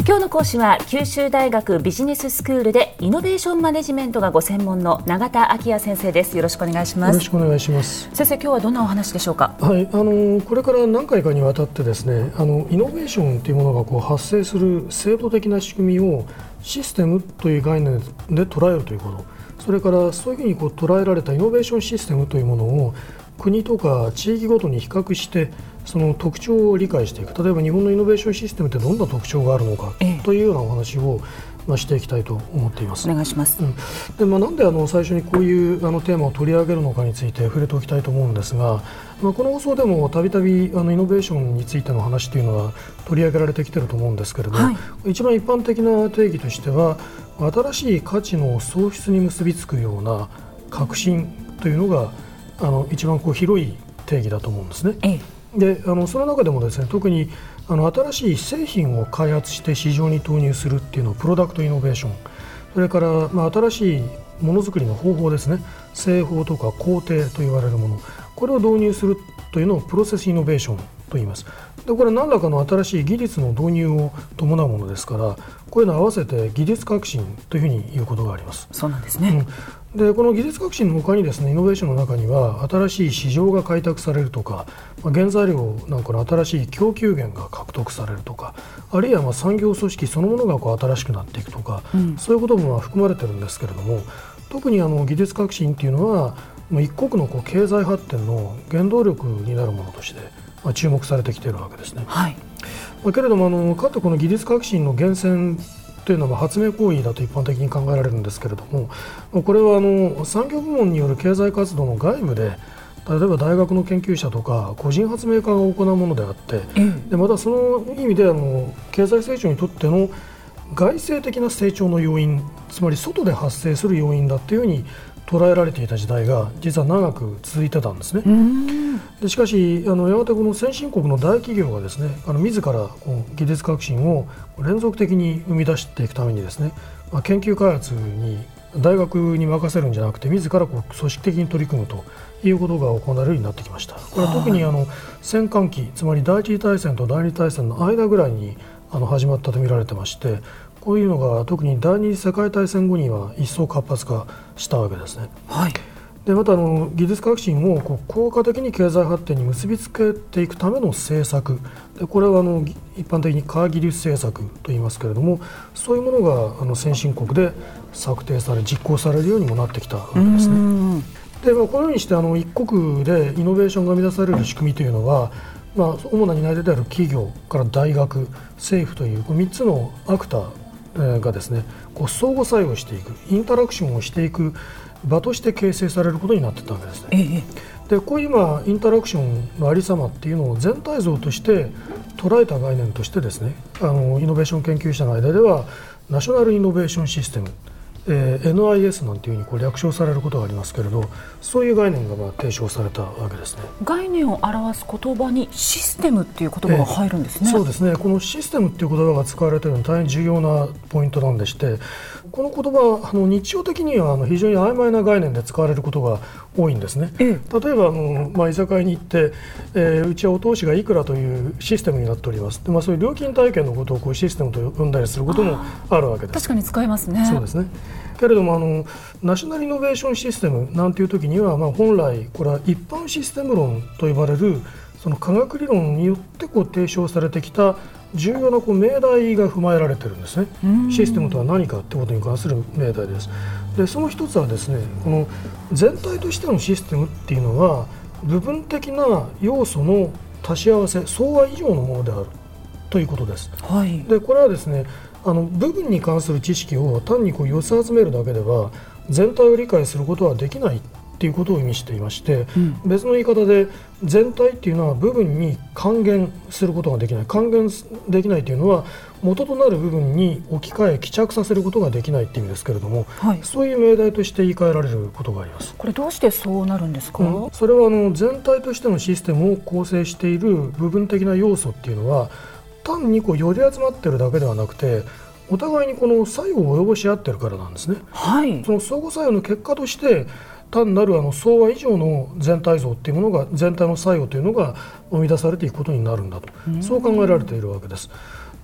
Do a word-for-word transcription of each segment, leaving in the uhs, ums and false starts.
今日の講師は九州大学ビジネススクールでイノベーションマネジメントがご専門の永田昭也先生です。よろしくお願いします。 よろしくお願いします。 先生、今日はどんなお話でしょうか。 はい、あのこれから何回かにわたってですね、あのイノベーションというものがこう発生する制度的な仕組みをシステムという概念で捉えるということ、それからそういうふうにこう捉えられたイノベーションシステムというものを国とか地域ごとに比較してその特徴を理解していく。例えば日本のイノベーションシステムってどんな特徴があるのかというようなお話を、まあ、していきたいと思っています。 お願いします。 うんでまあ、なんであの最初にこういうあのテーマを取り上げるのかについて触れておきたいと思うんですが、まあ、この放送でもたびたびあのイノベーションについての話というのは取り上げられてきていると思うんですけれど、はい、一番一般的な定義としては新しい価値の創出に結びつくような革新というのがあの一番こう広い定義だと思うんですね。ええであのその中でもですね、特にあの新しい製品を開発して市場に投入するっていうのをプロダクトイノベーション、それから、まあ、新しいものづくりの方法ですね、製法とか工程と言われるもの、これを導入するというのをプロセスイノベーションと言います。でこれは何らかの新しい技術の導入を伴うものですから、こういうのを合わせて技術革新というふうに言うことがあります。 そうなんですね。 うん、でこの技術革新の他にですね、イノベーションの中には新しい市場が開拓されるとか、まあ、原材料なんかの新しい供給源が獲得されるとか、あるいはまあ産業組織そのものがこう新しくなっていくとか、うん、そういうこともまあ含まれてるんですけれども、特にあの技術革新というのはもう一国のこう経済発展の原動力になるものとしてまあ注目されてきているわけですね。はいまあ、けれどもあのかつこの技術革新の源泉というのは発明行為だと一般的に考えられるんですけれども、これはあの産業部門による経済活動の外部で、例えば大学の研究者とか個人発明家が行うものであって、うん、でまたその意味であの経済成長にとっての外生的な成長の要因、つまり外で発生する要因だというふうに捉えられていた時代が実は長く続いてたんですね。でしかしあのやがてこの先進国の大企業がですね、あの自らこう技術革新を連続的に生み出していくためにですね、まあ、研究開発に大学に任せるんじゃなくて自らこう組織的に取り組むということが行われるようになってきました。これは特にあの戦艦期、つまり第一次大戦と第二次大戦の間ぐらいにあの始まったと見られてまして、こういうのが特に第二次世界大戦後には一層活発化したわけですね。はい、でまたあの技術革新をこう効果的に経済発展に結びつけていくための政策で、これはあの一般的に科技術政策といいますけれども、そういうものがあの先進国で策定され実行されるようにもなってきたわけですね。で、まあ、このようにしてあの一国でイノベーションが生み出される仕組みというのは、まあ、主な担い手である企業から大学、政府というこのみっつのアクターがですね、こう相互作用していく、インタラクションをしていく場として形成されることになっていたわけですね。ええ、でこういう今インタラクションのありさまっていうのを全体像として捉えた概念としてですね、あのイノベーション研究者の間ではナショナルイノベーションシステム、えー、エヌアイエス なんていうふうにこう略称されることがありますけれど、そういう概念がまあ提唱されたわけですね。 概念を表す言葉にシステムっていう言葉が入るんですね。 えー、そうですね。このシステムっていう言葉が使われているのは大変重要なポイントなんでして、この言葉あの日常的にはあの非常に曖昧な概念で使われることが多いんですね。えー、例えばあの、まあ、居酒屋に行って、えー、うちはお通しがいくらというシステムになっております。で、まあ、そういう料金体系のことをこうシステムと呼んだりすることもあるわけです。 確かに使えますね。 そうですね。けれどもあのナショナルイノベーションシステムなんていう時には、まあ、本来これは一般システム論と呼ばれるその科学理論によってこう提唱されてきた重要なこう命題が踏まえられているんですね。システムとは何かということに関する命題です。でその一つはですね、この全体としてのシステムっていうのは部分的な要素の足し合わせ、相和以上のものであるということです。はい、でこれはですね、あの部分に関する知識を単にこう寄せ集めるだけでは全体を理解することはできないということを意味していまして、うん、別の言い方で全体っていうのは部分に還元することができない、還元できないというのは元となる部分に置き換え帰着させることができないという意味ですけれども、はい、そういう命題として言い換えられることがあります。 これどうしてそうなるんですか。 うん、それはあの全体としてのシステムを構成している部分的な要素っていうのは単にこう寄り集まっているだけではなくて、お互いにこの作用を及ぼし合っているからなんですね。はい、その相互作用の結果として単なるあの相和以上の全体像というものが、全体の作用というのが生み出されていくことになるんだと、そう考えられているわけです。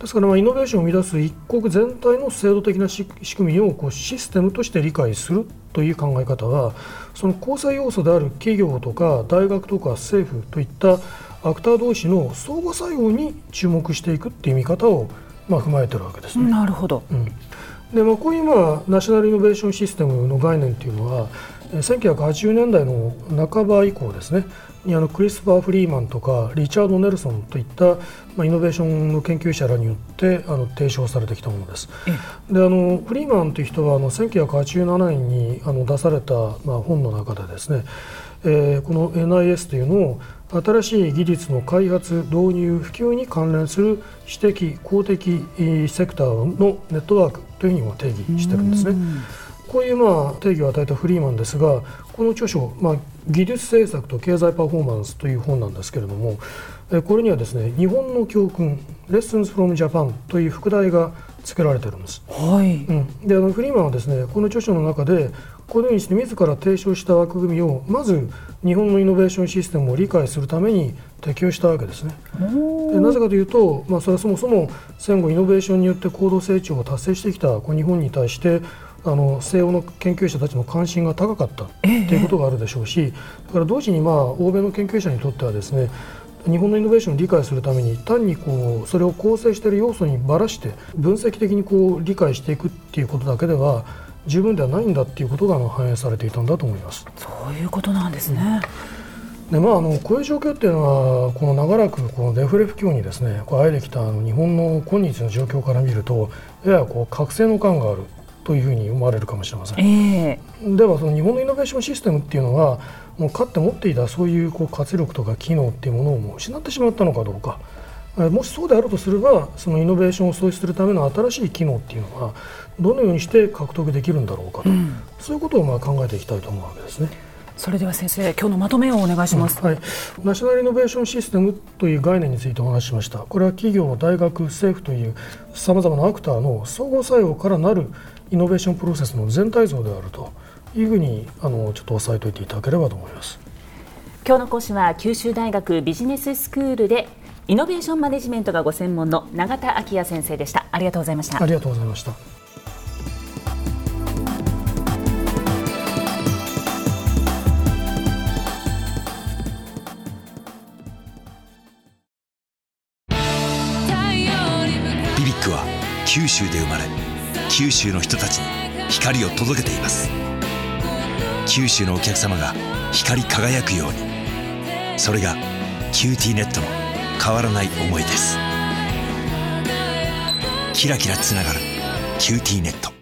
ですからまあイノベーションを生み出す一国全体の制度的な仕組みをこうシステムとして理解するという考え方は、その構成要素である企業とか大学とか政府といったアクター同士の相互作用に注目していくっていう見方をまあ踏まえているわけですね。 なるほど、うんでまあ、こういうまあナショナルイノベーションシステムの概念というのはせんきゅうひゃくはちじゅうねんだいの半ば以降ですねにあのクリストファー・フリーマンとかリチャード・ネルソンといった、まあ、イノベーションの研究者らによってあの提唱されてきたものです。であのフリーマンという人はあのせんきゅうひゃくはちじゅうななねんにあの出された、まあ、本の中でですね、えー、この エヌアイエス というのを新しい技術の開発、導入、普及に関連する私的、公的セクターのネットワークというふうに定義しているんですね。こういうまあ定義を与えたフリーマンですが、この著書、まあ、技術政策と経済パフォーマンスという本なんですけれども、これにはですね、日本の教訓 Lessons from Japan という副題が付けられているんです。はいうん、であのフリーマンはですね、この著書の中でこのようにして自ら提唱した枠組みをまず日本のイノベーションシステムを理解するために適用したわけですね。でなぜかというと、まあ、それはそもそも戦後イノベーションによって高度成長を達成してきたこう日本に対してあの西欧の研究者たちの関心が高かったということがあるでしょうし、だから同時にまあ欧米の研究者にとってはですね、日本のイノベーションを理解するために単にこうそれを構成している要素にばらして分析的にこう理解していくっていうことだけでは十分ではないんだっていうことが反映されていたんだと思います。 そういうことなんですね。 でまあ、あのこういう状況っていうのはこの長らくこのデフレ不況にですねこうあえてきたあの日本の今日の状況から見るとややこう覚醒の感があるというふうに思われるかもしれません。えー、ではその日本のイノベーションシステムっていうのはもうかって持っていたそういうこう活力とか機能っていうものをもう失ってしまったのかどうか、もしそうであるとすればそのイノベーションを創出するための新しい機能っていうのはどのようにして獲得できるんだろうかと、うん、そういうことをまあ考えていきたいと思うわけですね。 それでは先生、今日のまとめをお願いします。 うんはい、ナショナルイノベーションシステムという概念についてお話ししました。これは企業、大学、政府というさまざまなアクターの相互作用からなるイノベーションプロセスの全体像であるというふうにあのちょっと押さえておいていただければと思います。 今日の講師は九州大学ビジネススクールでイノベーションマネジメントがご専門の永田昭也先生でした。ありがとうございました。 ありがとうございました。 ビビックは九州で生まれ、九州の人たちに光を届けています。九州のお客様が光り輝くように、それがキューティーネットの変わらない思いです。キラキラつながるキューティーネット。